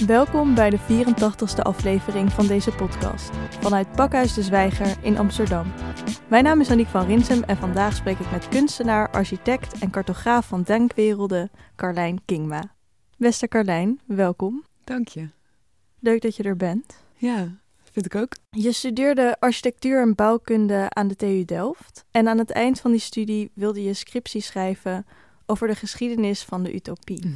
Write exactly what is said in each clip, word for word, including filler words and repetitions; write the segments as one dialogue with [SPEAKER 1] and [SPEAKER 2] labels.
[SPEAKER 1] Welkom bij de vierentachtigste aflevering van deze podcast, vanuit Pakhuis de Zwijger in Amsterdam. Mijn naam is Aniek van Rinsum en vandaag spreek ik met kunstenaar, architect en cartograaf van denkwerelden, Carlijn Kingma. Beste Carlijn, welkom.
[SPEAKER 2] Dank je.
[SPEAKER 1] Leuk dat je er bent.
[SPEAKER 2] Ja, vind ik ook.
[SPEAKER 1] Je studeerde architectuur en bouwkunde aan de T U Delft en aan het eind van die studie wilde je scriptie schrijven over de geschiedenis van de utopie.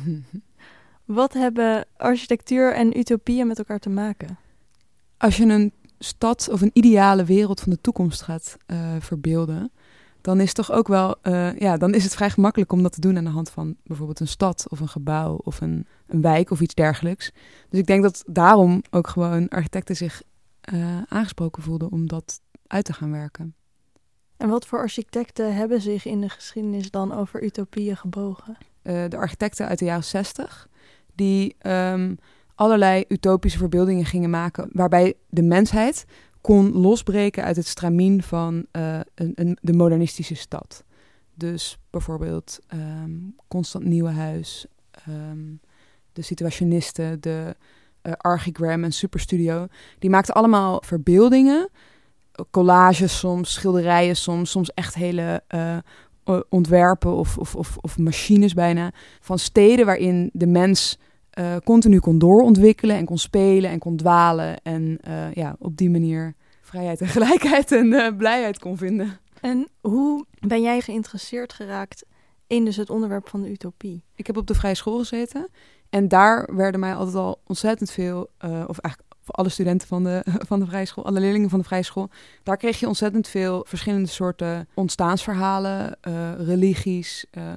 [SPEAKER 1] Wat hebben architectuur en utopieën met elkaar te maken?
[SPEAKER 2] Als je een stad of een ideale wereld van de toekomst gaat uh, verbeelden, dan is het toch ook wel, uh, ja, dan is het vrij gemakkelijk om dat te doen aan de hand van bijvoorbeeld een stad of een gebouw of een, een wijk of iets dergelijks. Dus ik denk dat daarom ook gewoon architecten zich uh, aangesproken voelden om dat uit te gaan werken.
[SPEAKER 1] En wat voor architecten hebben zich in de geschiedenis dan over utopieën gebogen?
[SPEAKER 2] Uh, de architecten uit de jaren zestig, die um, allerlei utopische verbeeldingen gingen maken, waarbij de mensheid kon losbreken uit het stramien van uh, een, een, de modernistische stad. Dus bijvoorbeeld um, Constant Nieuwenhuis, um, de situationisten, de uh, Archigram en Superstudio. Die maakten allemaal verbeeldingen, collages soms, schilderijen soms, soms echt hele uh, ontwerpen of, of, of, of machines bijna, van steden waarin de mens uh, continu kon doorontwikkelen en kon spelen en kon dwalen en uh, ja, op die manier vrijheid en gelijkheid en uh, blijheid kon vinden.
[SPEAKER 1] En hoe ben jij geïnteresseerd geraakt in dus het onderwerp van de utopie?
[SPEAKER 2] Ik heb op de vrije school gezeten en daar werden mij altijd al ontzettend veel, uh, of eigenlijk voor alle studenten van de, van de vrije school, alle leerlingen van de vrije school, daar kreeg je ontzettend veel verschillende soorten ontstaansverhalen, uh, religies, uh,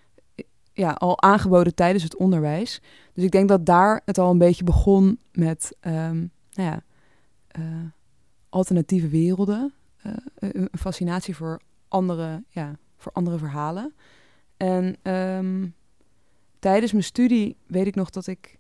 [SPEAKER 2] ja, al aangeboden tijdens het onderwijs. Dus ik denk dat daar het al een beetje begon met um, nou ja, uh, alternatieve werelden, uh, een fascinatie voor andere, ja, voor andere verhalen. En um, tijdens mijn studie weet ik nog dat ik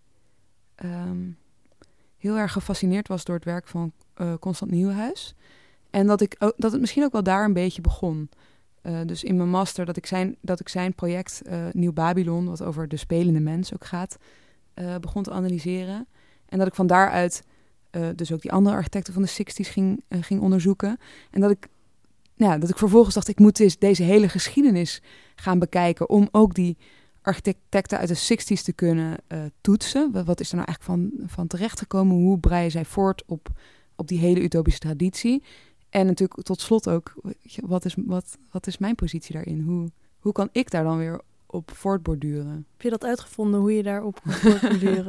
[SPEAKER 2] um, heel erg gefascineerd was door het werk van uh, Constant Nieuwenhuis. En dat, ik ook, dat het misschien ook wel daar een beetje begon. Uh, dus in mijn master dat ik zijn, dat ik zijn project uh, Nieuw Babylon, wat over de spelende mens ook gaat, uh, begon te analyseren. En dat ik van daaruit uh, dus ook die andere architecten van de zestig's ging, uh, ging onderzoeken. En dat ik, ja, dat ik vervolgens dacht, ik moet deze, deze hele geschiedenis gaan bekijken om ook die architecten uit de zestig's te kunnen uh, toetsen. Wat is er nou eigenlijk van, van terechtgekomen? Hoe breien zij voort op, op die hele utopische traditie? En natuurlijk tot slot ook, wat is, wat, wat is mijn positie daarin? Hoe, hoe kan ik daar dan weer op voortborduren?
[SPEAKER 1] Heb je dat uitgevonden, hoe je daarop kan voortborduren?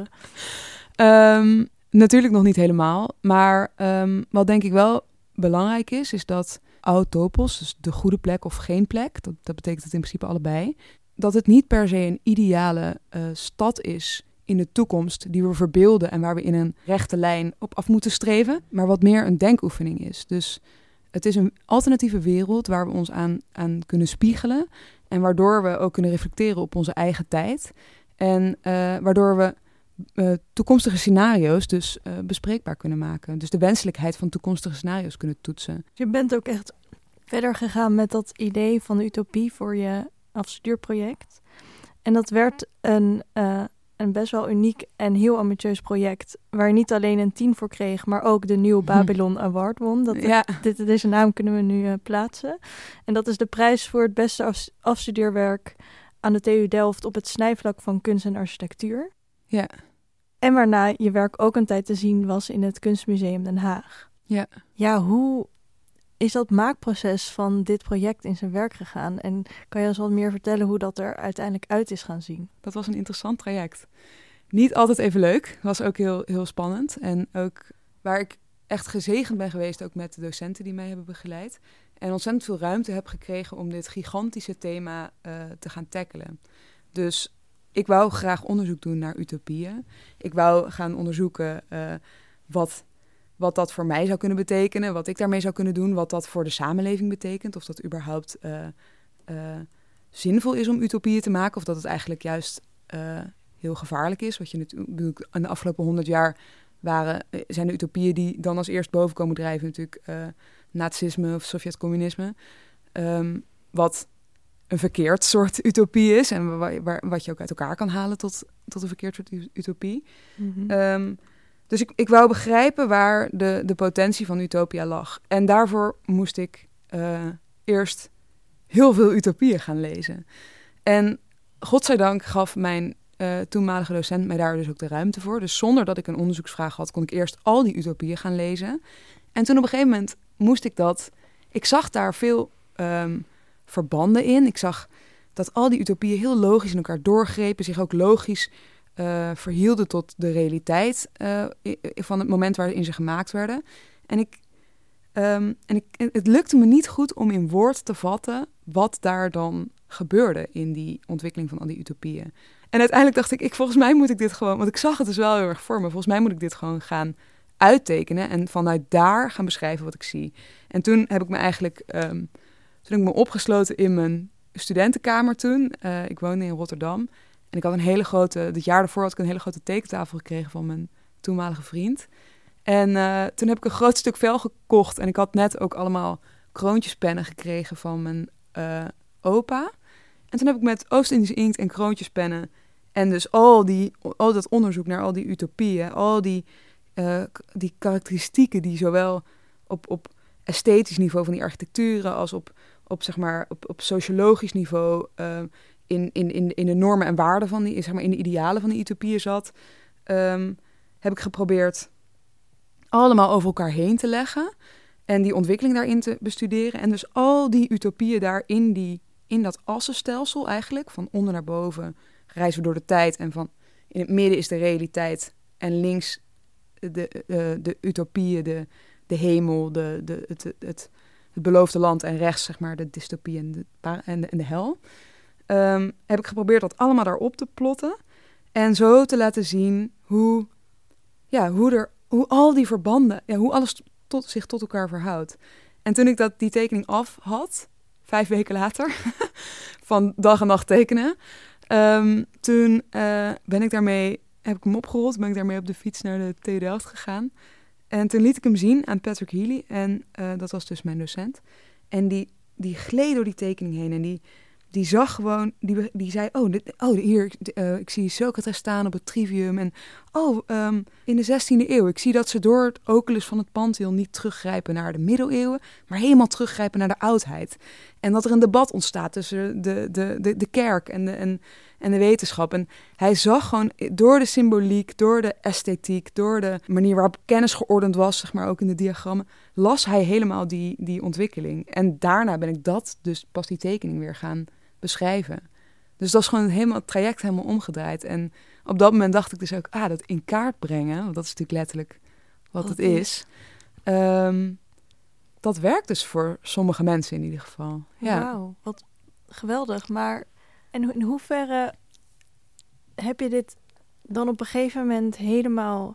[SPEAKER 2] um, natuurlijk nog niet helemaal. Maar um, wat denk ik wel belangrijk is, is dat autopos, dus de goede plek of geen plek, dat, dat betekent het in principe allebei, dat het niet per se een ideale uh, stad is in de toekomst die we verbeelden en waar we in een rechte lijn op af moeten streven, maar wat meer een denkoefening is. Dus het is een alternatieve wereld waar we ons aan, aan kunnen spiegelen en waardoor we ook kunnen reflecteren op onze eigen tijd en uh, waardoor we uh, toekomstige scenario's dus uh, bespreekbaar kunnen maken. Dus de wenselijkheid van toekomstige scenario's kunnen toetsen.
[SPEAKER 1] Je bent ook echt verder gegaan met dat idee van de utopie voor je afstudeerproject. En dat werd een, uh, een best wel uniek en heel ambitieus project, waar je niet alleen een tien voor kreeg, maar ook de Nieuw Babylon Award won. Dat,
[SPEAKER 2] ja.
[SPEAKER 1] dit, deze naam kunnen we nu uh, plaatsen. En dat is de prijs voor het beste af, afstudeerwerk aan de T U Delft op het snijvlak van kunst en architectuur.
[SPEAKER 2] Ja.
[SPEAKER 1] En waarna je werk ook een tijd te zien was in het Kunstmuseum Den Haag.
[SPEAKER 2] Ja.
[SPEAKER 1] Ja, hoe is dat maakproces van dit project in zijn werk gegaan? En kan je ons wat meer vertellen hoe dat er uiteindelijk uit is gaan zien?
[SPEAKER 2] Dat was een interessant traject. Niet altijd even leuk. Was ook heel, heel spannend. En ook waar ik echt gezegend ben geweest, ook met de docenten die mij hebben begeleid. En ontzettend veel ruimte heb gekregen om dit gigantische thema uh, te gaan tackelen. Dus ik wou graag onderzoek doen naar utopieën. Ik wou gaan onderzoeken uh, wat... wat dat voor mij zou kunnen betekenen, wat ik daarmee zou kunnen doen, wat dat voor de samenleving betekent, of dat überhaupt uh, uh, zinvol is om utopieën te maken, of dat het eigenlijk juist uh, heel gevaarlijk is. Wat je natuurlijk in de afgelopen honderd jaar waren, zijn de utopieën die dan als eerst boven komen drijven natuurlijk uh, nazisme of Sovjet-communisme, um, wat een verkeerd soort utopie is en waar, waar, wat je ook uit elkaar kan halen tot tot een verkeerd soort utopie.
[SPEAKER 1] Mm-hmm.
[SPEAKER 2] Um, dus ik, ik wou begrijpen waar de, de potentie van utopia lag. En daarvoor moest ik uh, eerst heel veel utopieën gaan lezen. En godzijdank gaf mijn uh, toenmalige docent mij daar dus ook de ruimte voor. Dus zonder dat ik een onderzoeksvraag had, kon ik eerst al die utopieën gaan lezen. En toen op een gegeven moment moest ik dat... Ik zag daar veel um, verbanden in. Ik zag dat al die utopieën heel logisch in elkaar doorgrepen, zich ook logisch uh, verhielden tot de realiteit uh, van het moment waarin ze gemaakt werden. En, ik, um, en ik, het lukte me niet goed om in woord te vatten wat daar dan gebeurde in die ontwikkeling van al die utopieën. En uiteindelijk dacht ik, ik, volgens mij moet ik dit gewoon... Want ik zag het dus wel heel erg voor me. Volgens mij moet ik dit gewoon gaan uittekenen en vanuit daar gaan beschrijven wat ik zie. En toen heb ik me eigenlijk... Um, toen heb ik me opgesloten in mijn studentenkamer toen. Uh, ik woonde in Rotterdam. En ik had een hele grote... Het jaar daarvoor had ik een hele grote tekentafel gekregen van mijn toenmalige vriend. En uh, toen heb ik een groot stuk vel gekocht. En ik had net ook allemaal kroontjespennen gekregen van mijn uh, opa. En toen heb ik met Oost-Indische inkt en kroontjespennen... en dus al, die, al dat onderzoek naar al die utopieën... al die, uh, die karakteristieken die zowel op, op esthetisch niveau van die architecturen... als op, op, zeg maar, op, op sociologisch niveau... Uh, in, in, in, in de normen en waarden van die... zeg maar in de idealen van die utopieën zat... Um, heb ik geprobeerd allemaal over elkaar heen te leggen... en die ontwikkeling daarin te bestuderen... en dus al die utopieën daar in die... in dat assenstelsel eigenlijk, van onder naar boven reizen we door de tijd... en van in het midden is de realiteit en links de, de, de utopieën, de, de hemel, de, de, het, het, het, het beloofde land... en rechts zeg maar de dystopie en de, en de, en de hel. Um, heb ik geprobeerd dat allemaal daarop te plotten... en zo te laten zien hoe, ja, hoe, er, hoe al die verbanden... Ja, hoe alles tot, zich tot elkaar verhoudt. En toen ik dat, die tekening af had... Vijf weken later, van dag en nacht tekenen. Um, toen uh, ben ik daarmee, heb ik hem opgerold, ben ik daarmee op de fiets naar de T U Delft gegaan. En toen liet ik hem zien aan Patrick Healy, en uh, dat was dus mijn docent. En die, die gleed door die tekening heen en die, die zag gewoon, die, die zei, oh, dit, oh hier, uh, ik zie Socrates staan op het trivium. En oh, um, in de zestiende eeuw, ik zie dat ze door het oculus van het Pantheon niet teruggrijpen naar de middeleeuwen, maar helemaal teruggrijpen naar de oudheid. En dat er een debat ontstaat tussen de, de, de, de kerk en de, en, en de wetenschap. En hij zag gewoon door de symboliek, door de esthetiek, door de manier waarop kennis geordend was, zeg maar ook in de diagrammen, las hij helemaal die, die ontwikkeling. En daarna ben ik dat, dus pas die tekening weer gaan beschrijven. Dus dat is gewoon helemaal het traject helemaal omgedraaid. En op dat moment dacht ik dus ook, ah, dat in kaart brengen, want dat is natuurlijk letterlijk wat, wat het is. Um, dat werkt dus voor sommige mensen in ieder geval. Ja.
[SPEAKER 1] Wauw, wat geweldig. Maar en in hoeverre heb je dit dan op een gegeven moment helemaal...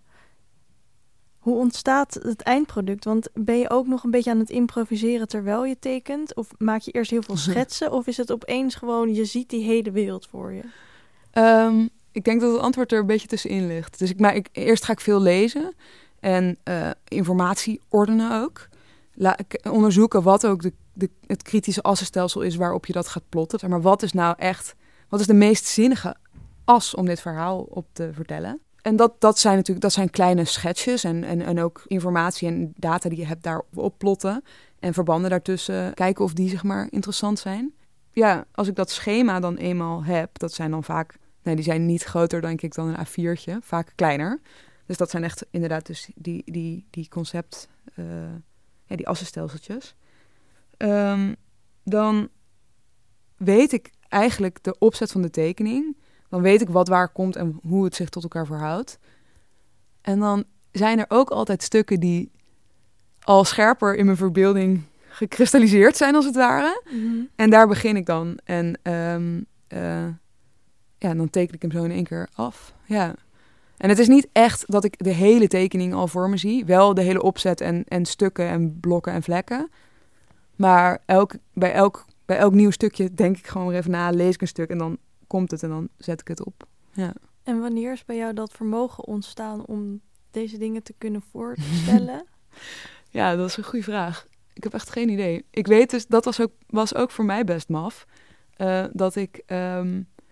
[SPEAKER 1] Hoe ontstaat het eindproduct? Want ben je ook nog een beetje aan het improviseren terwijl je tekent? Of maak je eerst heel veel schetsen? Of is het opeens gewoon, je ziet die hele wereld voor je?
[SPEAKER 2] Um, ik denk dat het antwoord er een beetje tussenin ligt. Dus ik, maar ik, eerst ga ik veel lezen en uh, informatie ordenen ook. La, onderzoeken wat ook de, de, het kritische assenstelsel is waarop je dat gaat plotten. Maar wat is nou echt, wat is de meest zinnige as om dit verhaal op te vertellen? En dat, dat zijn natuurlijk dat zijn kleine schetsjes en, en, en ook informatie en data die je hebt daarop plotten. En verbanden daartussen, kijken of die zeg maar interessant zijn. Ja, als ik dat schema dan eenmaal heb, dat zijn dan vaak, nee, die zijn niet groter denk ik dan een A viertje, vaak kleiner. Dus dat zijn echt inderdaad dus die, die, die concept, uh, ja, die assenstelseltjes. Um, dan weet ik eigenlijk de opzet van de tekening. Dan weet ik wat waar komt en hoe het zich tot elkaar verhoudt. En dan zijn er ook altijd stukken die al scherper in mijn verbeelding gekristalliseerd zijn, als het ware. Mm-hmm. En daar begin ik dan. En um, uh, ja, dan teken ik hem zo in één keer af. Ja. En het is niet echt dat ik de hele tekening al voor me zie. Wel de hele opzet en, en stukken en blokken en vlekken. Maar elk, bij, elk, bij elk nieuw stukje denk ik gewoon weer even na, lees ik een stuk en dan komt het en dan zet ik het op. Ja.
[SPEAKER 1] En wanneer is bij jou dat vermogen ontstaan om deze dingen te kunnen voorstellen?
[SPEAKER 2] Ja, dat is een goede vraag. Ik heb echt geen idee. Ik weet dus, dat was ook, was ook voor mij best maf. Uh, dat ik um,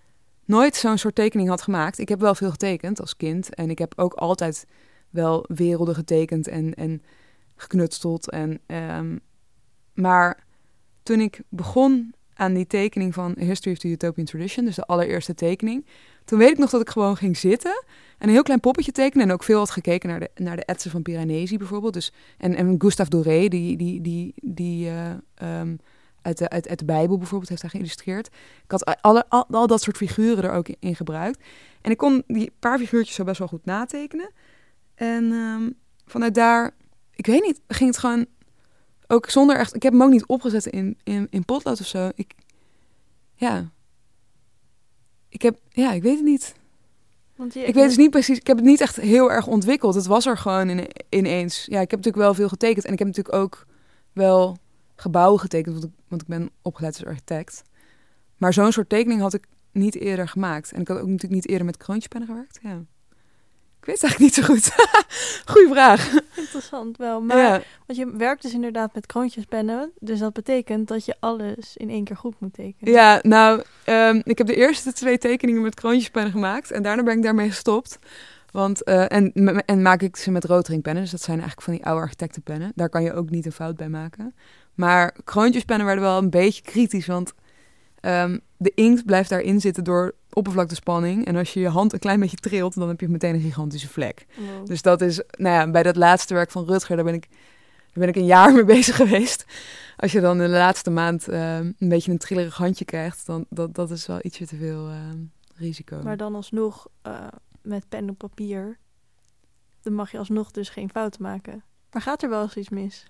[SPEAKER 2] nooit zo'n soort tekening had gemaakt. Ik heb wel veel getekend als kind. En ik heb ook altijd wel werelden getekend en, en geknutsteld. En, um, maar toen ik begon aan die tekening van A History of the Utopian Tradition, dus de allereerste tekening, toen weet ik nog dat ik gewoon ging zitten en een heel klein poppetje tekenen en ook veel had gekeken naar de, naar de etsen van Piranesi bijvoorbeeld. Dus, en, en Gustave Doré, die, die, die, die uh, um, uit, de, uit, uit de Bijbel bijvoorbeeld heeft hij geïllustreerd. Ik had alle, al, al dat soort figuren er ook in, in gebruikt. En ik kon die paar figuurtjes zo best wel goed natekenen. En um, vanuit daar, ik weet niet, ging het gewoon ook zonder echt... Ik heb hem ook niet opgezet in, in, in potlood of zo. Ik, ja... Ik heb, ja, ik weet het niet. Want je, ik weet dus niet precies, ik heb het niet echt heel erg ontwikkeld. Het was er gewoon in, ineens. Ja, ik heb natuurlijk wel veel getekend. En ik heb natuurlijk ook wel gebouwen getekend, want ik, want ik ben opgeleid als architect. Maar zo'n soort tekening had ik niet eerder gemaakt. En ik had ook natuurlijk niet eerder met kroontjespennen gewerkt. Ja. Ik weet het eigenlijk niet zo goed. Goeie vraag.
[SPEAKER 1] Interessant wel. Maar ja. Want je werkt dus inderdaad met kroontjespennen. Dus dat betekent dat je alles in één keer goed moet tekenen.
[SPEAKER 2] Ja, nou, um, ik heb de eerste twee tekeningen met kroontjespennen gemaakt. En daarna ben ik daarmee gestopt. Want, uh, en, en maak ik ze met roodringpennen. Dus dat zijn eigenlijk van die oude architectenpennen. Daar kan je ook niet een fout bij maken. Maar kroontjespennen werden wel een beetje kritisch. Want um, de inkt blijft daarin zitten door oppervlaktespanning. En als je je hand een klein beetje trilt, dan heb je meteen een gigantische vlek. Wow. Dus dat is, nou ja, bij dat laatste werk van Rutger, daar ben ik, daar ben ik een jaar mee bezig geweest. Als je dan in de laatste maand uh, een beetje een trillerig handje krijgt, dan dat, dat is wel ietsje te veel uh, risico.
[SPEAKER 1] Maar dan alsnog uh, met pen op papier, dan mag je alsnog dus geen fouten maken. Maar gaat er wel eens iets mis?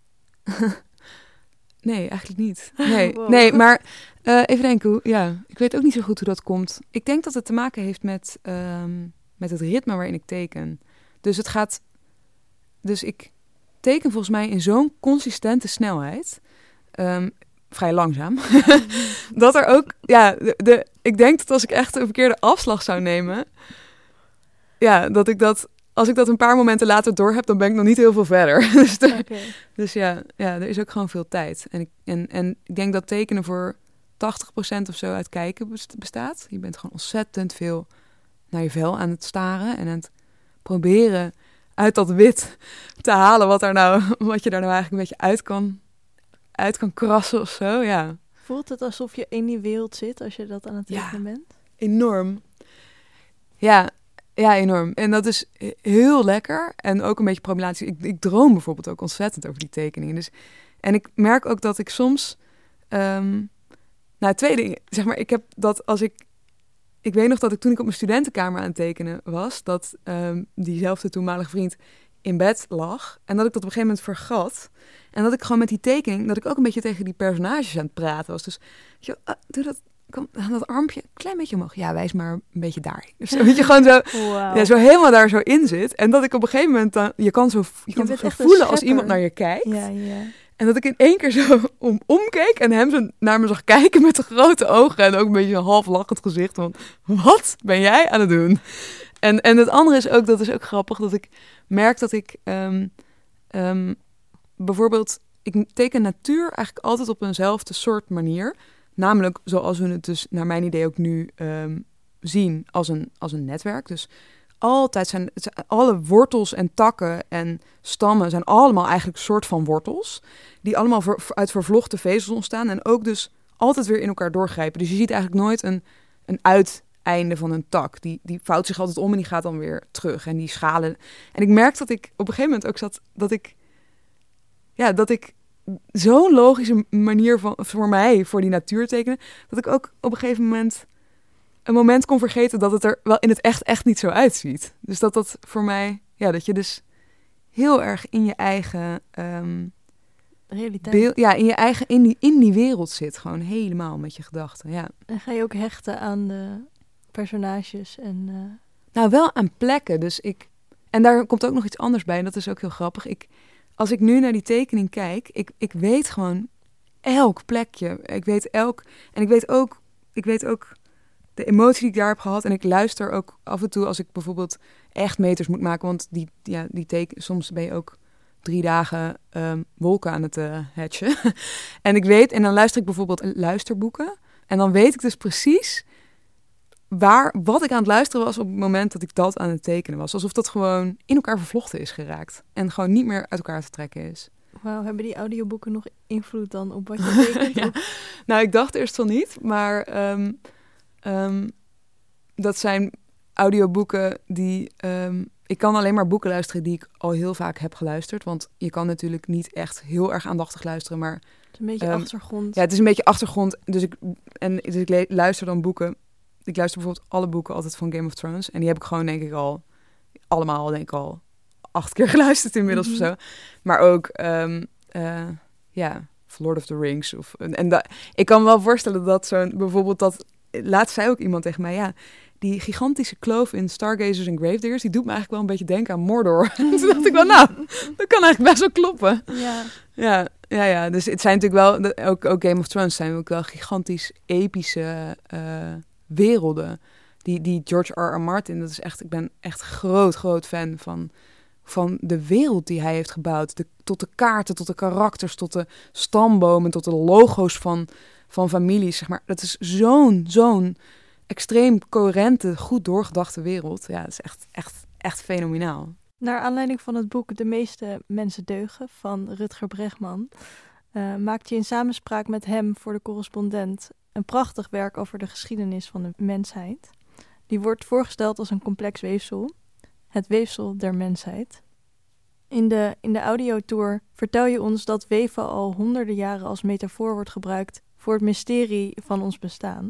[SPEAKER 2] Nee, eigenlijk niet. Nee, wow. nee maar uh, even denken. Hoe, ja, ik weet ook niet zo goed hoe dat komt. Ik denk dat het te maken heeft met, um, met het ritme waarin ik teken. Dus het gaat... Dus ik teken volgens mij in zo'n consistente snelheid. Um, vrij langzaam. dat er ook... Ja, de, de, ik denk dat als ik echt een verkeerde afslag zou nemen... Ja, dat ik dat... Als ik dat een paar momenten later door heb, dan ben ik nog niet heel veel verder. dus, de, okay. dus ja, ja, er is ook gewoon veel tijd. En ik, en, en ik denk dat tekenen voor tachtig procent of zo uit kijken bestaat. Je bent gewoon ontzettend veel naar je vel aan het staren en aan het proberen uit dat wit te halen wat, er nou, wat je daar nou eigenlijk een beetje uit kan, uit kan krassen of zo. Ja.
[SPEAKER 1] Voelt het alsof je in die wereld zit als je dat aan het tekenen
[SPEAKER 2] ja,
[SPEAKER 1] bent?
[SPEAKER 2] Enorm. Ja, Ja, enorm. En dat is heel lekker. En ook een beetje problematisch. Ik, ik droom bijvoorbeeld ook ontzettend over die tekeningen. Dus, en ik merk ook dat ik soms... Um, nou, twee dingen. Zeg maar, ik heb dat als ik... Ik weet nog dat ik toen ik op mijn studentenkamer aan het tekenen was... dat um, diezelfde toenmalige vriend in bed lag. En dat ik dat op een gegeven moment vergat. En dat ik gewoon met die tekening... dat ik ook een beetje tegen die personages aan het praten was. Dus, joh, uh, doe dat... Kom, dat armpje een klein beetje omhoog. Ja, wijs maar een beetje daar. Dus weet je, gewoon zo, wow. ja, zo helemaal daar zo in zit. En dat ik op een gegeven moment dan... Je kan zo, je kan je zo voelen als iemand naar je kijkt.
[SPEAKER 1] Ja, ja.
[SPEAKER 2] En dat ik in één keer zo om, omkeek en hem zo naar me zag kijken met de grote ogen. En ook een beetje een half lachend gezicht. Want wat ben jij aan het doen? En, en het andere is ook, dat is ook grappig, dat ik merk dat ik... Um, um, bijvoorbeeld, ik teken natuur eigenlijk altijd op eenzelfde soort manier... Namelijk zoals we het dus naar mijn idee ook nu um, zien als een, als een netwerk. Dus altijd zijn, zijn alle wortels en takken en stammen zijn allemaal eigenlijk een soort van wortels. Die allemaal ver, uit vervlochten vezels ontstaan en ook dus altijd weer in elkaar doorgrijpen. Dus je ziet eigenlijk nooit een, een uiteinde van een tak. Die, die vouwt zich altijd om en die gaat dan weer terug. En die schalen. En ik merk dat ik op een gegeven moment ook zat dat ik... Ja, dat ik... zo'n logische manier van, voor mij, voor die natuur tekenen, dat ik ook op een gegeven moment een moment kon vergeten dat het er wel in het echt echt niet zo uitziet. Dus dat dat voor mij, ja, dat je dus heel erg in je eigen um,
[SPEAKER 1] realiteit,
[SPEAKER 2] beeld, ja, in je eigen, in die, in die wereld zit, gewoon helemaal met je gedachten, ja.
[SPEAKER 1] En ga je ook hechten aan de personages en... Uh...
[SPEAKER 2] Nou, wel aan plekken, dus ik, en daar komt ook nog iets anders bij, en dat is ook heel grappig. Ik Als ik nu naar die tekening kijk, ik, ik weet gewoon elk plekje. Ik weet elk... En ik weet ook, ik weet ook de emotie die ik daar heb gehad. En ik luister ook af en toe als ik bijvoorbeeld echt meters moet maken. Want die, ja, die teken, soms ben je ook drie dagen um, wolken aan het uh, hatchen. en ik weet, en dan luister ik bijvoorbeeld luisterboeken. En dan weet ik dus precies waar, wat ik aan het luisteren was op het moment dat ik dat aan het tekenen was. Alsof dat gewoon in elkaar vervlochten is geraakt. En gewoon niet meer uit elkaar te trekken is.
[SPEAKER 1] Wauw, hebben die audioboeken nog invloed dan op wat je tekent?
[SPEAKER 2] Ja. Nou, ik dacht eerst van niet, maar um, um, dat zijn audioboeken die... Um, ik kan alleen maar boeken luisteren die ik al heel vaak heb geluisterd. Want je kan natuurlijk niet echt heel erg aandachtig luisteren, maar...
[SPEAKER 1] Het is een beetje um, achtergrond.
[SPEAKER 2] Ja, het is een beetje achtergrond. Dus ik, en, dus ik le- luister dan boeken. Ik luister bijvoorbeeld alle boeken altijd van Game of Thrones. En die heb ik gewoon denk ik al... Allemaal denk ik al acht keer geluisterd inmiddels mm-hmm. of zo. Maar ook... Um, uh, ja, Lord of the Rings. Of, en, en da- ik kan me wel voorstellen dat zo'n... Bijvoorbeeld dat... Laatst zei ook iemand tegen mij... Ja, die gigantische kloof in Stargazers en Gravediggers... die doet me eigenlijk wel een beetje denken aan Mordor. Toen dacht ik wel, nou, dat kan eigenlijk best wel kloppen.
[SPEAKER 1] Ja.
[SPEAKER 2] Ja, ja, ja. Dus het zijn natuurlijk wel... Ook, ook Game of Thrones zijn ook wel gigantisch epische uh, werelden. Die, die George R. R. Martin, dat is echt... Ik ben echt groot, groot fan van... van de wereld die hij heeft gebouwd. De, tot de kaarten, tot de karakters, tot de stambomen... tot de logo's van, van families, zeg maar. Dat is zo'n, zo'n... extreem coherente, goed doorgedachte wereld. Ja, dat is echt, echt, echt fenomenaal.
[SPEAKER 1] Naar aanleiding van het boek De meeste mensen deugen van Rutger Bregman... Uh, maakt je in samenspraak met hem voor de correspondent... een prachtig werk over de geschiedenis van de mensheid. Die wordt voorgesteld als een complex weefsel. Het weefsel der mensheid. In de, in de audiotour vertel je ons dat weven al honderden jaren als metafoor wordt gebruikt... voor het mysterie van ons bestaan.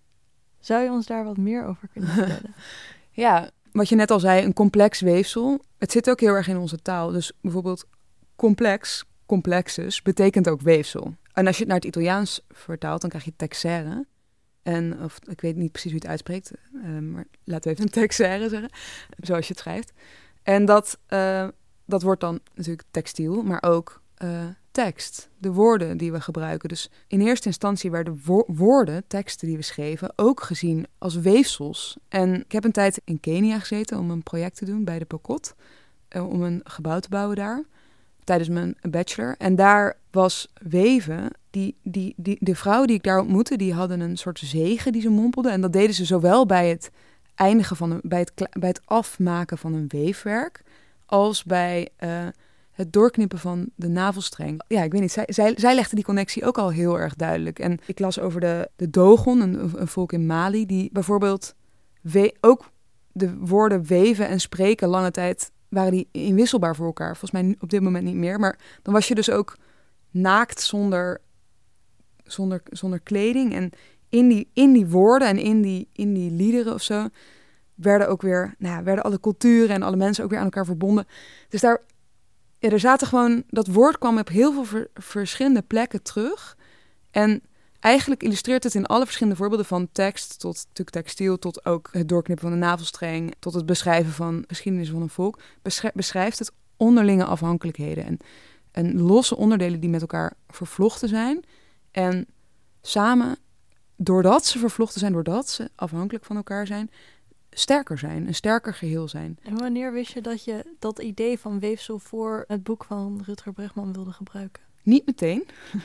[SPEAKER 1] Zou je ons daar wat meer over kunnen vertellen?
[SPEAKER 2] Ja, wat je net al zei, een complex weefsel. Het zit ook heel erg in onze taal. Dus bijvoorbeeld complex, complexus, betekent ook weefsel. En als je het naar het Italiaans vertaalt, dan krijg je texere. En, of ik weet niet precies hoe je het uitspreekt, uh, maar laten we even een texere zeggen, zoals je het schrijft. En dat, uh, dat wordt dan natuurlijk textiel, maar ook... Uh, tekst, de woorden die we gebruiken. Dus in eerste instantie werden wo- woorden, teksten die we schreven, ook gezien als weefsels. En ik heb een tijd in Kenia gezeten om een project te doen bij de Pokot, uh, om een gebouw te bouwen daar, tijdens mijn bachelor. En daar was weven, die, die, die, de vrouwen die ik daar ontmoette, die hadden een soort zegen die ze mompelden. En dat deden ze zowel bij het eindigen van een, bij, het, bij het afmaken van een weefwerk, als bij... Uh, het doorknippen van de navelstreng. Ja, ik weet niet, zij, zij, zij legde die connectie ook al heel erg duidelijk. En ik las over de, de Dogon, een, een volk in Mali, die bijvoorbeeld we, ook de woorden weven en spreken lange tijd waren die inwisselbaar voor elkaar. Volgens mij op dit moment niet meer. Maar dan was je dus ook naakt zonder, zonder, zonder kleding. En in die, in die woorden en in die, in die liederen of zo werden ook weer, nou ja, werden alle culturen en alle mensen ook weer aan elkaar verbonden. Dus daar... Ja, er zaten gewoon... Dat woord kwam op heel veel ver, verschillende plekken terug. En eigenlijk illustreert het in alle verschillende voorbeelden... van tekst tot natuurlijk textiel... tot ook het doorknippen van de navelstreng... tot het beschrijven van geschiedenis van een volk... Beschrijf, beschrijft het onderlinge afhankelijkheden... En, en losse onderdelen die met elkaar vervlochten zijn. En samen, doordat ze vervlochten zijn... doordat ze afhankelijk van elkaar zijn... sterker zijn, een sterker geheel zijn.
[SPEAKER 1] En wanneer wist je dat je dat idee van weefsel voor het boek van Rutger Bregman wilde gebruiken?
[SPEAKER 2] Niet meteen.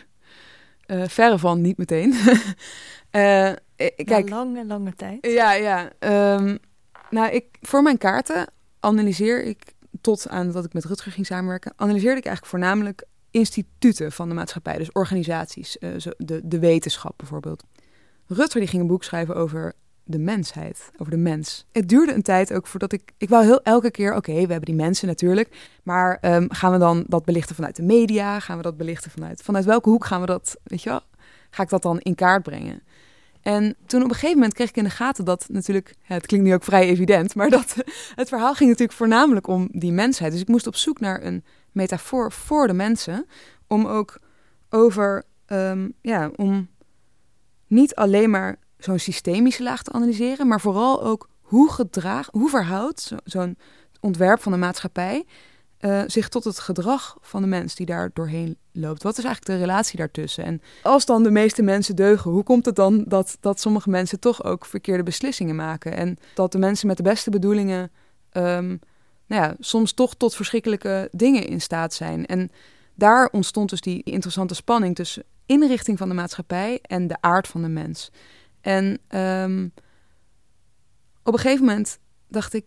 [SPEAKER 2] uh, verre van niet meteen. uh, kijk,
[SPEAKER 1] Na lange, lange tijd.
[SPEAKER 2] Ja, ja. Um, nou, ik, voor mijn kaarten analyseer ik, tot aan dat ik met Rutger ging samenwerken, analyseerde ik eigenlijk voornamelijk instituten van de maatschappij, dus organisaties, uh, zo, de, de wetenschap bijvoorbeeld. Rutger die ging een boek schrijven over de mensheid, over de mens. Het duurde een tijd ook voordat ik... Ik wou heel elke keer, oké, okay, we hebben die mensen natuurlijk, maar um, gaan we dan dat belichten vanuit de media? Gaan we dat belichten vanuit... Vanuit welke hoek gaan we dat, weet je wel? Ga ik dat dan in kaart brengen? En toen op een gegeven moment kreeg ik in de gaten dat natuurlijk... Ja, het klinkt nu ook vrij evident, maar dat het verhaal ging natuurlijk voornamelijk om die mensheid. Dus ik moest op zoek naar een metafoor voor de mensen, om ook over... Um, ja, om niet alleen maar zo'n systemische laag te analyseren, maar vooral ook hoe gedraag, hoe verhoudt zo, zo'n ontwerp van de maatschappij uh, zich tot het gedrag van de mens die daar doorheen loopt. Wat is eigenlijk de relatie daartussen? En als dan de meeste mensen deugen, hoe komt het dan dat, dat sommige mensen toch ook verkeerde beslissingen maken? En dat de mensen met de beste bedoelingen um, nou ja, soms toch tot verschrikkelijke dingen in staat zijn. En daar ontstond dus die interessante spanning tussen inrichting van de maatschappij en de aard van de mens. En um, op een gegeven moment dacht ik,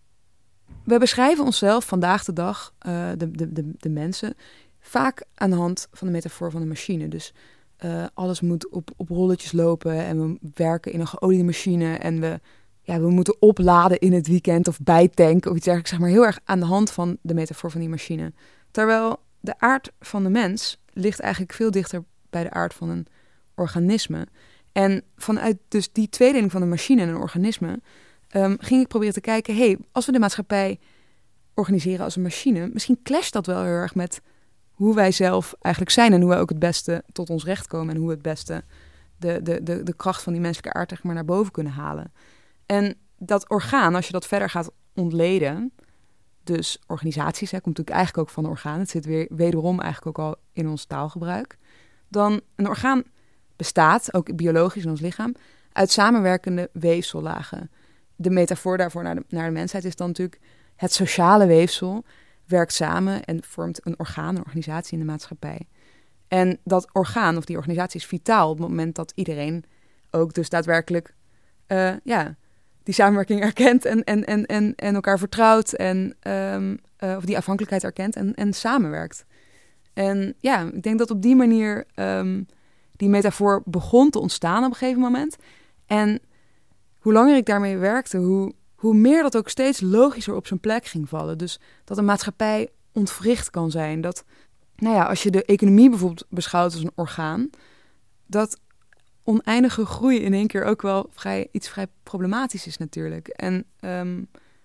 [SPEAKER 2] we beschrijven onszelf vandaag de dag, uh, de, de, de, de mensen, vaak aan de hand van de metafoor van de machine. Dus uh, alles moet op, op rolletjes lopen en we werken in een geoliede machine en we, ja, we moeten opladen in het weekend of bijtanken of iets dergelijks. Zeg maar heel erg aan de hand van de metafoor van die machine. Terwijl de aard van de mens ligt eigenlijk veel dichter bij de aard van een organisme. En vanuit dus die tweedeling van een machine en een organisme Um, ging ik proberen te kijken, hey, als we de maatschappij organiseren als een machine, misschien clasht dat wel heel erg met hoe wij zelf eigenlijk zijn en hoe wij ook het beste tot ons recht komen en hoe we het beste de, de, de, de kracht van die menselijke aard zeg maar, naar boven kunnen halen. En dat orgaan, als je dat verder gaat ontleden, dus organisaties, hè, komt natuurlijk eigenlijk ook van orgaan, het zit weer wederom eigenlijk ook al in ons taalgebruik, dan een orgaan bestaat, ook biologisch in ons lichaam, uit samenwerkende weefsellagen. De metafoor daarvoor naar de, naar de mensheid is dan natuurlijk het sociale weefsel werkt samen en vormt een orgaan, een organisatie in de maatschappij. En dat orgaan of die organisatie is vitaal op het moment dat iedereen ook dus daadwerkelijk uh, ja, die samenwerking erkent en, en, en, en, en elkaar vertrouwt en um, uh, of die afhankelijkheid erkent en, en samenwerkt. En ja, ik denk dat op die manier um, die metafoor begon te ontstaan op een gegeven moment. En hoe langer ik daarmee werkte, hoe, hoe meer dat ook steeds logischer op zijn plek ging vallen. Dus dat een maatschappij ontwricht kan zijn. Dat, nou ja, als je de economie bijvoorbeeld beschouwt als een orgaan, dat oneindige groei in één keer ook wel vrij, iets vrij problematisch is natuurlijk. En um,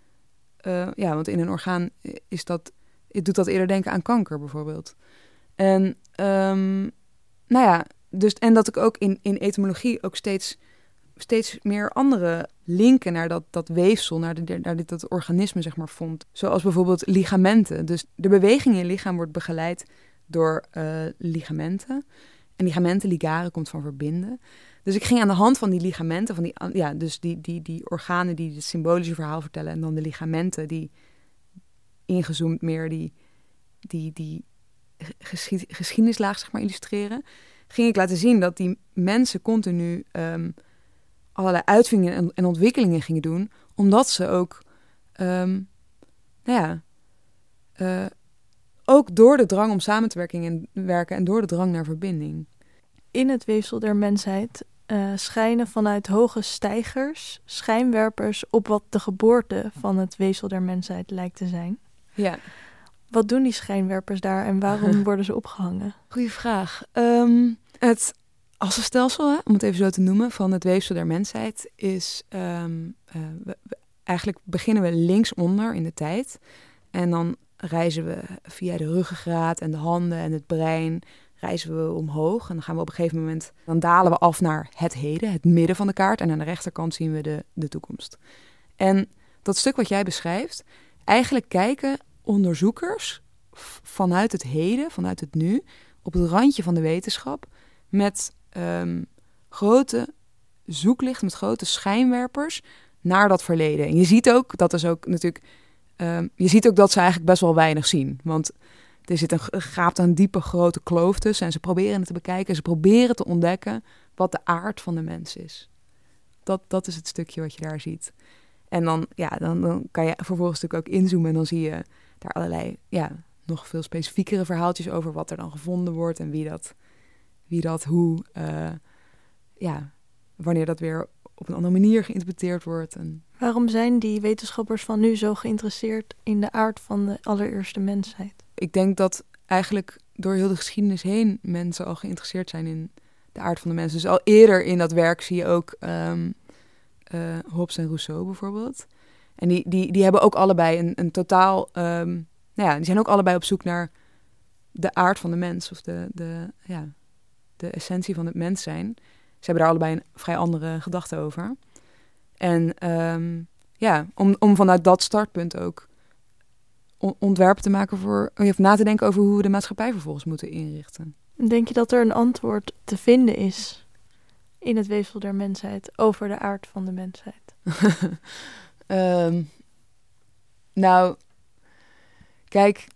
[SPEAKER 2] uh, ja, want in een orgaan is dat, het doet dat eerder denken aan kanker bijvoorbeeld. En um, nou ja, dus en dat ik ook in, in etymologie ook steeds steeds meer andere linken naar dat, dat weefsel, naar, de, naar dit dat organisme, zeg maar, vond. Zoals bijvoorbeeld ligamenten. Dus de beweging in je lichaam wordt begeleid door uh, ligamenten. En ligamenten, ligare, komt van verbinden. Dus ik ging aan de hand van die ligamenten, van die, ja, dus die, die, die organen die het symbolische verhaal vertellen, en dan de ligamenten die ingezoomd meer die, die, die geschied, geschiedenislaag, zeg maar, illustreren, ging ik laten zien dat die mensen continu Um, allerlei uitvindingen en, en ontwikkelingen gingen doen, omdat ze ook, um, nou ja, uh, ook door de drang om samen te werken en, werken en door de drang naar verbinding.
[SPEAKER 1] In het weefsel der mensheid uh, schijnen vanuit hoge steigers schijnwerpers op wat de geboorte van het weefsel der mensheid lijkt te zijn.
[SPEAKER 2] Ja.
[SPEAKER 1] Wat doen die schijnwerpers daar en waarom worden ze opgehangen?
[SPEAKER 2] Goeie vraag. Um, het Assenstelsel, hè, om het even zo te noemen, van het weefsel der mensheid is, um, uh, we, we, eigenlijk beginnen we linksonder in de tijd. En dan reizen we via de ruggengraat en de handen en het brein, reizen we omhoog. En dan gaan we op een gegeven moment, dan dalen we af naar het heden, het midden van de kaart. En aan de rechterkant zien we de, de toekomst. En dat stuk wat jij beschrijft, eigenlijk kijken onderzoekers f- vanuit het heden, vanuit het nu, op het randje van de wetenschap, met Um, grote zoeklicht, met grote schijnwerpers naar dat verleden. En je ziet ook, dat is ook natuurlijk, um, je ziet ook dat ze eigenlijk best wel weinig zien. Want er zit een, gaapt een diepe grote kloof tussen en ze proberen het te bekijken. Ze proberen te ontdekken wat de aard van de mens is. Dat, dat is het stukje wat je daar ziet. En dan, ja, dan, dan kan je vervolgens natuurlijk ook inzoomen en dan zie je daar allerlei, ja, nog veel specifiekere verhaaltjes over wat er dan gevonden wordt en wie dat Wie dat, hoe, uh, ja, wanneer dat weer op een andere manier geïnterpreteerd wordt. En
[SPEAKER 1] waarom zijn die wetenschappers van nu zo geïnteresseerd in de aard van de allereerste mensheid?
[SPEAKER 2] Ik denk dat eigenlijk door heel de geschiedenis heen mensen al geïnteresseerd zijn in de aard van de mens. Dus al eerder in dat werk zie je ook um, uh, Hobbes en Rousseau bijvoorbeeld. En die, die, die hebben ook allebei een, een totaal, um, nou ja, die zijn ook allebei op zoek naar de aard van de mens of de, de ja. de essentie van het mens zijn. Ze hebben daar allebei een vrij andere gedachte over. En um, ja, om, om vanuit dat startpunt ook on- ontwerpen te maken voor, of na te denken over hoe we de maatschappij vervolgens moeten inrichten.
[SPEAKER 1] Denk je dat er een antwoord te vinden is in het weefsel der mensheid over de aard van de mensheid?
[SPEAKER 2] um, nou, kijk,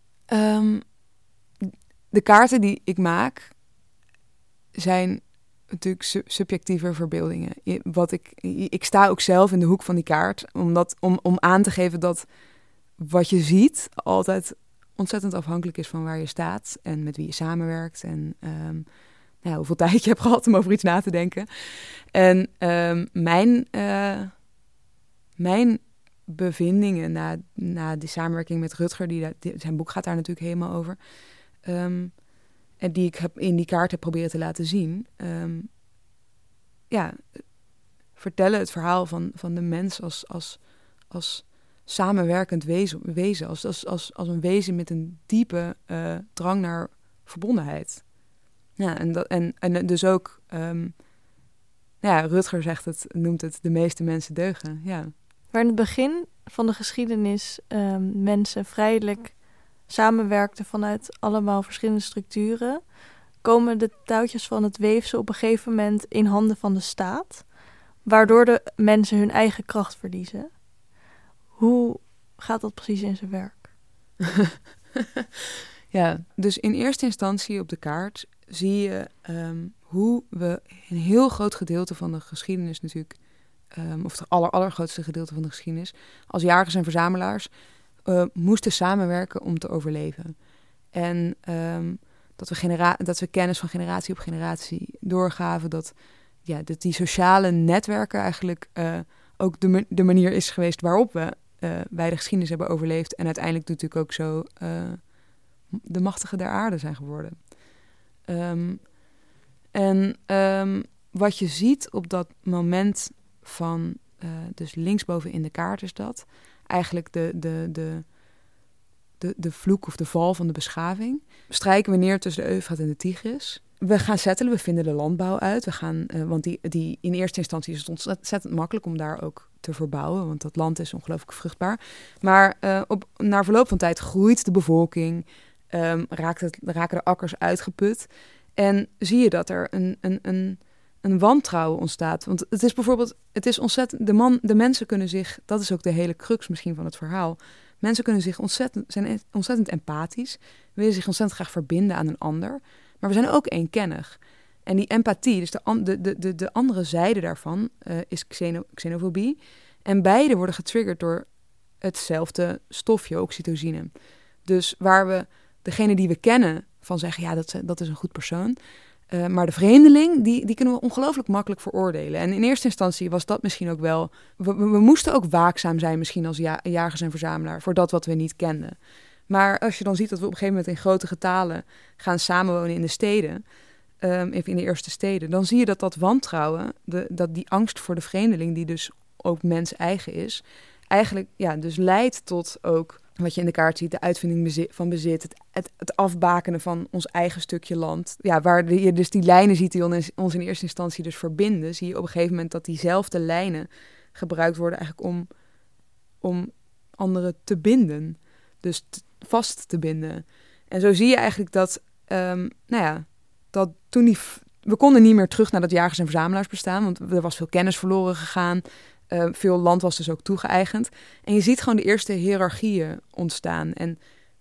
[SPEAKER 2] um, de kaarten die ik maak zijn natuurlijk su- subjectieve verbeeldingen. Je- Wat ik, ik sta ook zelf in de hoek van die kaart, omdat, om, om aan te geven dat wat je ziet altijd ontzettend afhankelijk is van waar je staat en met wie je samenwerkt en um, nou ja, hoeveel tijd je hebt gehad om over iets na te denken. En um, mijn, uh, mijn bevindingen na, na die samenwerking met Rutger, die, die, zijn boek gaat daar natuurlijk helemaal over, um, en die ik heb in die kaart heb proberen te laten zien, um, ja, vertellen het verhaal van, van de mens als, als, als samenwerkend wezen, wezen als, als, als, als een wezen met een diepe uh, drang naar verbondenheid. Ja, en, dat, en, en dus ook, um, ja, Rutger zegt het, noemt het de meeste mensen deugen. Ja.
[SPEAKER 1] Waar in het begin van de geschiedenis um, mensen vrijelijk samenwerkten vanuit allemaal verschillende structuren, komen de touwtjes van het weefsel op een gegeven moment in handen van de staat, waardoor de mensen hun eigen kracht verliezen. Hoe gaat dat precies in zijn werk?
[SPEAKER 2] Ja, dus in eerste instantie op de kaart zie je um, hoe we een heel groot gedeelte van de geschiedenis natuurlijk, um, of het aller, allergrootste gedeelte van de geschiedenis, als jagers en verzamelaars uh, moesten samenwerken om te overleven. En um, dat, we genera- dat we kennis van generatie op generatie doorgaven, dat, ja, dat die sociale netwerken eigenlijk uh, ook de, ma- de manier is geweest waarop we uh, wij de geschiedenis hebben overleefd en uiteindelijk natuurlijk ook zo uh, de machtigen der aarde zijn geworden. Um, en um, wat je ziet op dat moment van, uh, dus linksboven in de kaart is dat, eigenlijk de, de, de, de, de vloek of de val van de beschaving. Strijken we neer tussen de Eufraat en de Tigris. We gaan settelen, we vinden de landbouw uit. We gaan, uh, want die, die, in eerste instantie is het ontzettend makkelijk om daar ook te verbouwen, want dat land is ongelooflijk vruchtbaar. Maar uh, op, na verloop van tijd groeit de bevolking, um, raakt het, raken de akkers uitgeput. En zie je dat er een, een, een, een wantrouwen ontstaat. Want het is bijvoorbeeld, het is ontzettend, de, man, de mensen kunnen zich, dat is ook de hele crux misschien van het verhaal, mensen kunnen zich ontzettend, zijn ontzettend empathisch, willen zich ontzettend graag verbinden aan een ander, maar we zijn ook eenkennig. En die empathie, dus de, de, de, de, de andere zijde daarvan, uh, is xeno, xenofobie. En beide worden getriggerd door hetzelfde stofje, oxytocine. Dus waar we degene die we kennen van zeggen, ja, dat, dat is een goed persoon. Uh, maar de vreemdeling, die, die kunnen we ongelooflijk makkelijk veroordelen. En in eerste instantie was dat misschien ook wel, We, we, we moesten ook waakzaam zijn misschien als ja, jagers en verzamelaars voor dat wat we niet kenden. Maar als je dan ziet dat we op een gegeven moment in grote getalen gaan samenwonen in de steden, um, even in de eerste steden, dan zie je dat dat wantrouwen, de, dat die angst voor de vreemdeling, die dus ook mens eigen is, eigenlijk ja, dus leidt tot ook wat je in de kaart ziet, de uitvinding bezit, van bezit, het, het, het afbakenen van ons eigen stukje land. Ja, waar de, je dus die lijnen ziet die ons, ons in eerste instantie dus verbinden, zie je op een gegeven moment dat diezelfde lijnen gebruikt worden eigenlijk om, om anderen te binden. Dus t- vast te binden. En zo zie je eigenlijk dat, um, nou ja, dat toen die... We konden niet meer terug naar dat jagers en verzamelaars bestaan, want er was veel kennis verloren gegaan. Uh, veel land was dus ook toegeëigend. En je ziet gewoon de eerste hiërarchieën ontstaan. En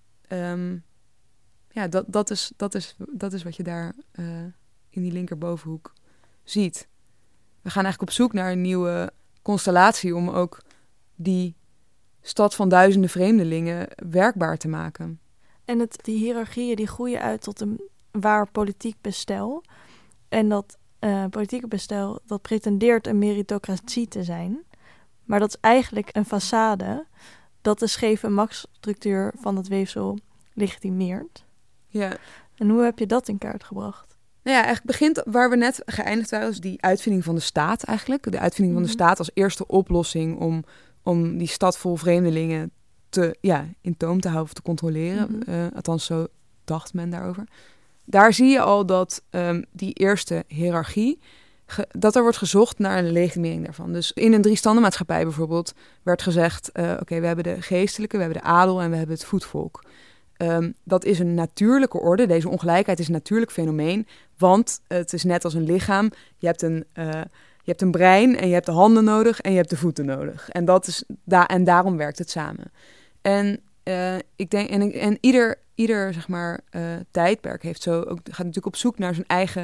[SPEAKER 2] um, ja, dat, dat, is, dat, is, dat is wat je daar uh, in die linkerbovenhoek ziet. We gaan eigenlijk op zoek naar een nieuwe constellatie om ook die stad van duizenden vreemdelingen werkbaar te maken.
[SPEAKER 1] En het, die hiërarchieën die groeien uit tot een waar politiek bestel. En dat uh, politieke bestel dat pretendeert een meritocratie te zijn. Maar dat is eigenlijk een façade dat de scheve machtsstructuur van het weefsel legitimeert.
[SPEAKER 2] Ja.
[SPEAKER 1] En hoe heb je dat in kaart gebracht?
[SPEAKER 2] Nou ja, eigenlijk begint waar we net geëindigd waren, dus die uitvinding van de staat eigenlijk. De uitvinding mm-hmm. van de staat als eerste oplossing om, om die stad vol vreemdelingen te, ja, in toom te houden of te controleren. Mm-hmm. Uh, althans, zo dacht men daarover. Daar zie je al dat um, die eerste hiërarchie, ge, dat er wordt gezocht naar een legitimering daarvan. Dus in een drie-standenmaatschappij bijvoorbeeld werd gezegd, uh, oké, okay, we hebben de geestelijke, we hebben de adel en we hebben het voetvolk. Um, dat is een natuurlijke orde. Deze ongelijkheid is een natuurlijk fenomeen, want het is net als een lichaam. Je hebt een, uh, je hebt een brein en je hebt de handen nodig en je hebt de voeten nodig. En, dat is da- en daarom werkt het samen. En uh, ik denk, en, en ieder, ieder zeg maar, uh, tijdperk heeft zo ook, gaat natuurlijk op zoek naar zijn eigen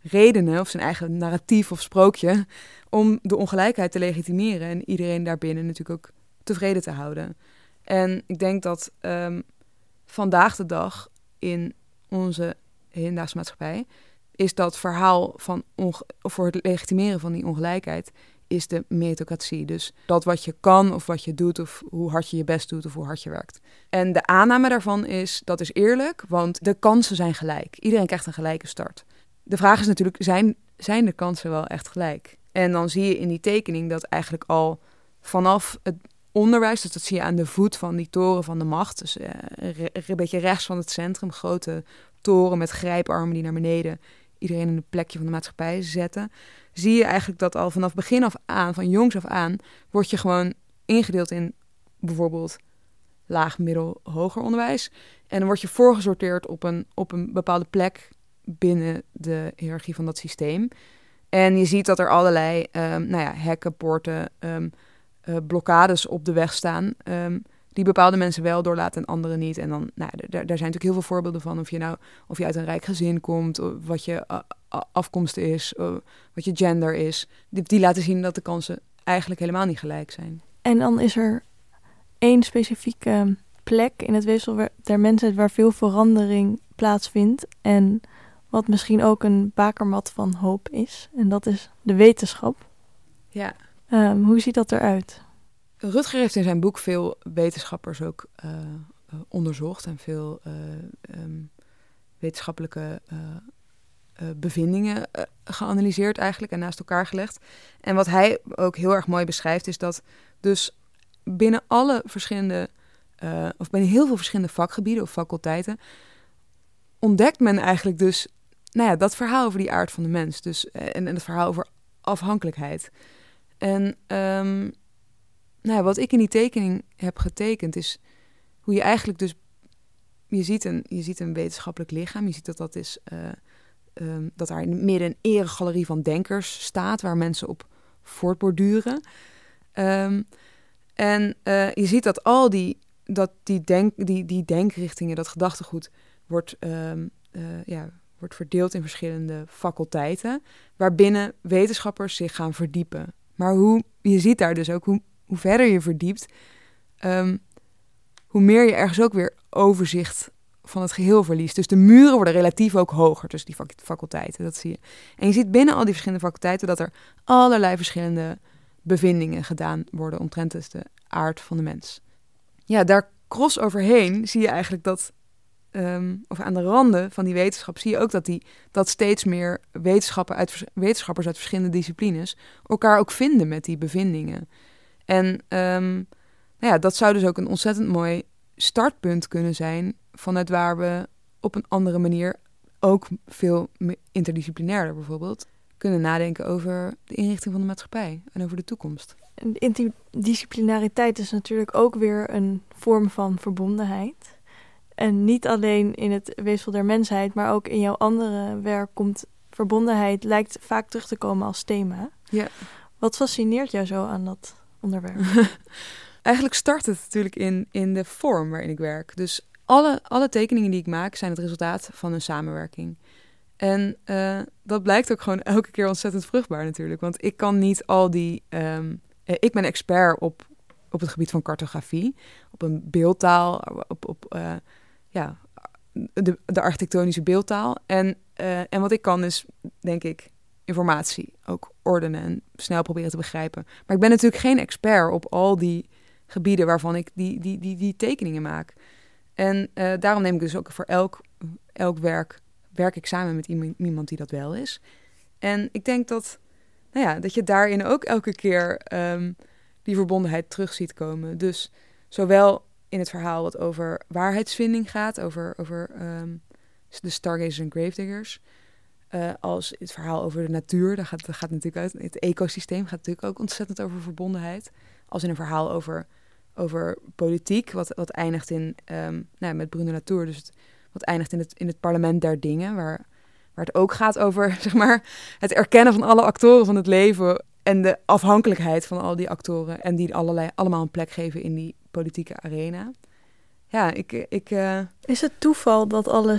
[SPEAKER 2] redenen of zijn eigen narratief of sprookje om de ongelijkheid te legitimeren en iedereen daarbinnen natuurlijk ook tevreden te houden. En ik denk dat um, vandaag de dag in onze hedendaagse maatschappij is dat verhaal van onge- of voor het legitimeren van die ongelijkheid is de meritocratie. Dus dat wat je kan of wat je doet of hoe hard je je best doet of hoe hard je werkt. En de aanname daarvan is, dat is eerlijk, want de kansen zijn gelijk. Iedereen krijgt een gelijke start. De vraag is natuurlijk, zijn, zijn de kansen wel echt gelijk? En dan zie je in die tekening dat eigenlijk al vanaf het onderwijs, dus dat zie je aan de voet van die toren van de macht, dus uh, re- een beetje rechts van het centrum, grote toren met grijparmen die naar beneden iedereen in een plekje van de maatschappij zetten, zie je eigenlijk dat al vanaf begin af aan, van jongs af aan, word je gewoon ingedeeld in bijvoorbeeld laag, middel, hoger onderwijs. En dan word je voorgesorteerd op een, op een bepaalde plek binnen de hiërarchie van dat systeem. En je ziet dat er allerlei um, nou ja, hekken, poorten, um, uh, blokkades op de weg staan, um, die bepaalde mensen wel doorlaten en anderen niet. En dan, nou, daar, daar zijn natuurlijk heel veel voorbeelden van. Of je nou, of je uit een rijk gezin komt, of wat je uh, afkomst is, uh, wat je gender is. Die, die laten zien dat de kansen eigenlijk helemaal niet gelijk zijn.
[SPEAKER 1] En dan is er één specifieke plek in het weefsel der mensheid waar veel verandering plaatsvindt. En wat misschien ook een bakermat van hoop is. En dat is de wetenschap.
[SPEAKER 2] Ja.
[SPEAKER 1] Um, hoe ziet dat eruit?
[SPEAKER 2] Rutger heeft in zijn boek veel wetenschappers ook uh, uh, onderzocht en veel uh, um, wetenschappelijke uh, uh, bevindingen uh, geanalyseerd eigenlijk en naast elkaar gelegd. En wat hij ook heel erg mooi beschrijft is dat dus binnen alle verschillende, uh, of binnen heel veel verschillende vakgebieden of faculteiten ontdekt men eigenlijk dus, nou ja, dat verhaal over die aard van de mens. Dus, uh, en, en het verhaal over afhankelijkheid. En um, nou, wat ik in die tekening heb getekend is hoe je eigenlijk dus, je ziet een, je ziet een wetenschappelijk lichaam, je ziet dat dat is, uh, um, dat daar in het midden een eregalerie van denkers staat, waar mensen op voortborduren. Um, en uh, je ziet dat al die, dat die, denk, die, die denkrichtingen, dat gedachtegoed, wordt, um, uh, ja, wordt verdeeld in verschillende faculteiten, waarbinnen wetenschappers zich gaan verdiepen. Maar hoe, je ziet daar dus ook hoe, hoe verder je verdiept, um, hoe meer je ergens ook weer overzicht van het geheel verliest. Dus de muren worden relatief ook hoger tussen die faculteiten, dat zie je. En je ziet binnen al die verschillende faculteiten dat er allerlei verschillende bevindingen gedaan worden omtrent dus de aard van de mens. Ja, daar cross overheen zie je eigenlijk dat, um, of aan de randen van die wetenschap zie je ook dat, die, dat steeds meer wetenschappen uit, wetenschappers uit verschillende disciplines elkaar ook vinden met die bevindingen. En um, nou ja, dat zou dus ook een ontzettend mooi startpunt kunnen zijn vanuit waar we op een andere manier ook veel interdisciplinairder bijvoorbeeld kunnen nadenken over de inrichting van de maatschappij en over de toekomst.
[SPEAKER 1] Interdisciplinariteit is natuurlijk ook weer een vorm van verbondenheid. En niet alleen in het weefsel der mensheid, maar ook in jouw andere werk komt verbondenheid, lijkt vaak terug te komen als thema.
[SPEAKER 2] Ja.
[SPEAKER 1] Wat fascineert jou zo aan dat onderwerp?
[SPEAKER 2] Eigenlijk start het natuurlijk in, in de vorm waarin ik werk. Dus alle, alle tekeningen die ik maak zijn het resultaat van een samenwerking. En uh, dat blijkt ook gewoon elke keer ontzettend vruchtbaar natuurlijk. Want ik kan niet al die... Um, ik ben expert op, op het gebied van cartografie. Op een beeldtaal. Op, op uh, ja, de, de architectonische beeldtaal. En, uh, en wat ik kan is, denk ik, informatie ook ordenen en snel proberen te begrijpen. Maar ik ben natuurlijk geen expert op al die gebieden waarvan ik die, die, die, die tekeningen maak. En uh, daarom neem ik dus ook voor elk, elk werk... werk ik samen met iemand die dat wel is. En ik denk dat, nou ja, dat je daarin ook elke keer um, die verbondenheid terug ziet komen. Dus zowel in het verhaal wat over waarheidsvinding gaat, over, over um, de stargazers en gravediggers, uh, als het verhaal over de natuur, daar gaat, daar gaat natuurlijk uit, het ecosysteem gaat natuurlijk ook ontzettend over verbondenheid. Als in een verhaal over, over politiek, wat, wat eindigt in, um, nou, met Bruno Latour, dus het wat eindigt in het, in het parlement der dingen, waar, waar het ook gaat over, zeg maar, het erkennen van alle actoren van het leven en de afhankelijkheid van al die actoren en die allerlei, allemaal een plek geven in die politieke arena. Ja, ik... ik uh...
[SPEAKER 1] Is het toeval dat alles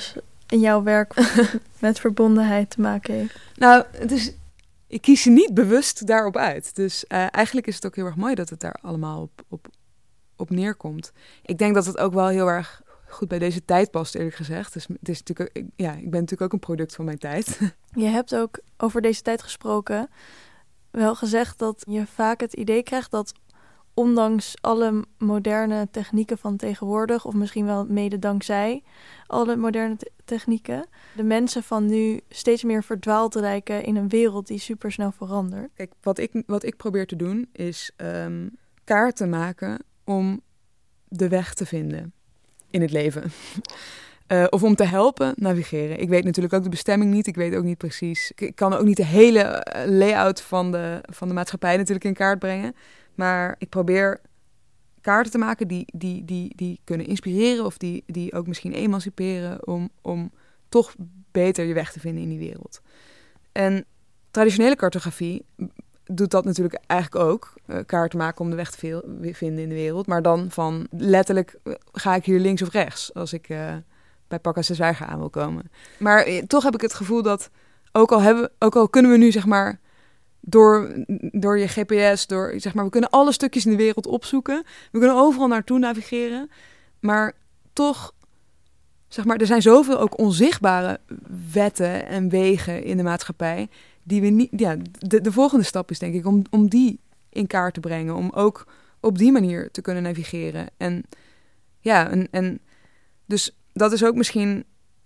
[SPEAKER 1] in jouw werk met verbondenheid te maken heeft?
[SPEAKER 2] Nou, het is, ik kies er niet bewust daarop uit. Dus uh, eigenlijk is het ook heel erg mooi dat het daar allemaal op, op, op neerkomt. Ik denk dat het ook wel heel erg goed bij deze tijd past, eerlijk gezegd. Dus het is natuurlijk, ook, ja, ik ben natuurlijk ook een product van mijn tijd.
[SPEAKER 1] Je hebt ook over deze tijd gesproken, wel gezegd dat je vaak het idee krijgt dat ondanks alle moderne technieken van tegenwoordig, of misschien wel mede dankzij alle moderne te- technieken, de mensen van nu steeds meer verdwaald lijken in een wereld die supersnel verandert.
[SPEAKER 2] Kijk, wat ik, wat ik probeer te doen is um, kaarten maken om de weg te vinden in het leven. Uh, of om te helpen navigeren. Ik weet natuurlijk ook de bestemming niet. Ik weet ook niet precies. Ik kan ook niet de hele layout van de, van de maatschappij natuurlijk in kaart brengen. Maar ik probeer kaarten te maken die, die, die, die kunnen inspireren of die, die ook misschien emanciperen om, om toch beter je weg te vinden in die wereld. En traditionele cartografie doet dat natuurlijk eigenlijk ook. Uh, kaarten maken om de weg te veel, vinden in de wereld. Maar dan van letterlijk uh, ga ik hier links of rechts als ik uh, bij Pakhuis de Zwijger aan wil komen. Maar uh, toch heb ik het gevoel dat ook al, hebben, ook al kunnen we nu zeg maar door, door je G P S, door, zeg maar, we kunnen alle stukjes in de wereld opzoeken. We kunnen overal naartoe navigeren. Maar toch, zeg maar, er zijn zoveel ook onzichtbare wetten en wegen in de maatschappij die we niet. Ja, de, de volgende stap is denk ik om, om die in kaart te brengen, om ook op die manier te kunnen navigeren. En ja, en, en dus dat is ook misschien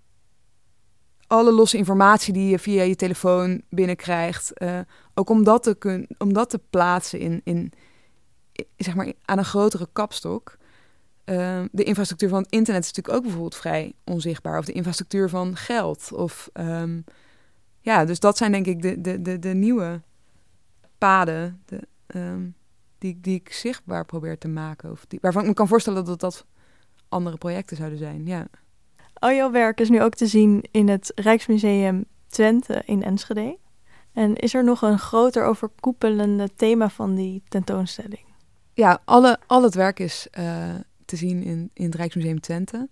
[SPEAKER 2] alle losse informatie die je via je telefoon binnenkrijgt, uh, ook om dat te kun, om dat te plaatsen in, in, in zeg maar aan een grotere kapstok. Uh, de infrastructuur van het internet is natuurlijk ook bijvoorbeeld vrij onzichtbaar, of de infrastructuur van geld. Of um, ja, dus dat zijn denk ik de, de, de, de nieuwe paden de, um, die, die ik zichtbaar probeer te maken. Of die, waarvan ik me kan voorstellen dat dat andere projecten zouden zijn, ja.
[SPEAKER 1] Al jouw werk is nu ook te zien in het Rijksmuseum Twente in Enschede. En is er nog een groter overkoepelende thema van die tentoonstelling?
[SPEAKER 2] Ja, alle, al het werk is uh, te zien in, in het Rijksmuseum Twente.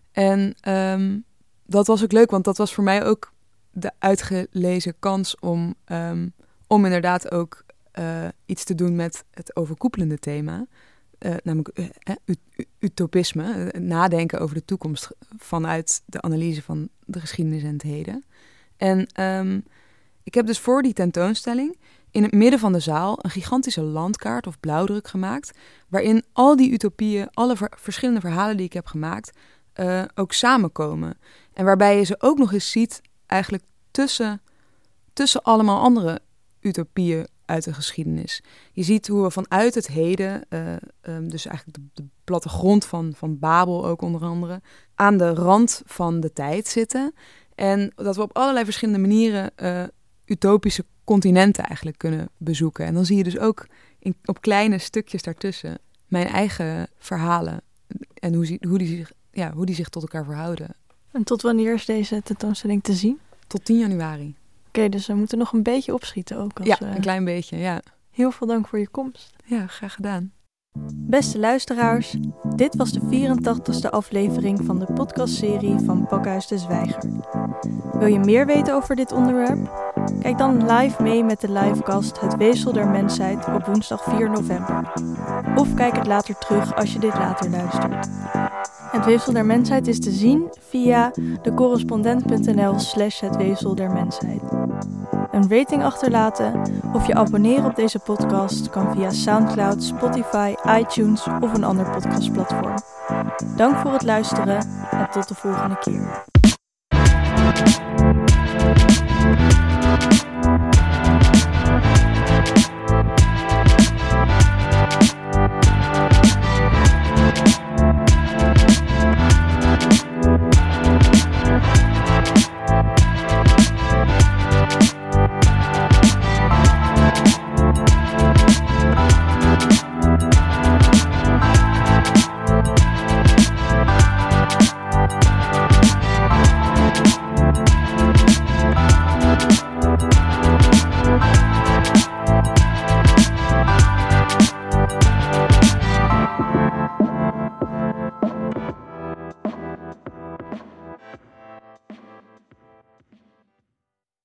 [SPEAKER 2] En um, dat was ook leuk, want dat was voor mij ook de uitgelezen kans om, um, om inderdaad ook uh, iets te doen met het overkoepelende thema. Uh, namelijk uh, uh, utopisme, uh, nadenken over de toekomst vanuit de analyse van de geschiedenis en het heden. En um, ik heb dus voor die tentoonstelling in het midden van de zaal een gigantische landkaart of blauwdruk gemaakt, waarin al die utopieën, alle ver- verschillende verhalen die ik heb gemaakt, uh, ook samenkomen. En waarbij je ze ook nog eens ziet eigenlijk tussen, tussen allemaal andere utopieën uit de geschiedenis. Je ziet hoe we vanuit het heden, uh, um, dus eigenlijk de, de plattegrond van, van Babel ook onder andere, aan de rand van de tijd zitten. En dat we op allerlei verschillende manieren uh, utopische continenten eigenlijk kunnen bezoeken. En dan zie je dus ook in, op kleine stukjes daartussen mijn eigen verhalen en hoe, hoe, die zich, ja, hoe die zich tot elkaar verhouden.
[SPEAKER 1] En tot wanneer is deze tentoonstelling te zien?
[SPEAKER 2] Tot tien januari.
[SPEAKER 1] Oké, okay, dus we moeten nog een beetje opschieten ook. Als
[SPEAKER 2] ja,
[SPEAKER 1] we...
[SPEAKER 2] een klein beetje, ja.
[SPEAKER 1] Heel veel dank voor je komst.
[SPEAKER 2] Ja, graag gedaan.
[SPEAKER 1] Beste luisteraars, dit was de vierentachtigste aflevering van de podcastserie van Pakhuis de Zwijger. Wil je meer weten over dit onderwerp? Kijk dan live mee met de livecast Het Weefsel der Mensheid op woensdag vier november. Of kijk het later terug als je dit later luistert. Het Weefsel der Mensheid is te zien via decorrespondent.nl slash het weefsel der mensheid. Een rating achterlaten of je abonneren op deze podcast kan via Soundcloud, Spotify, iTunes of een ander podcastplatform. Dank voor het luisteren en tot de volgende keer. We'll be right back.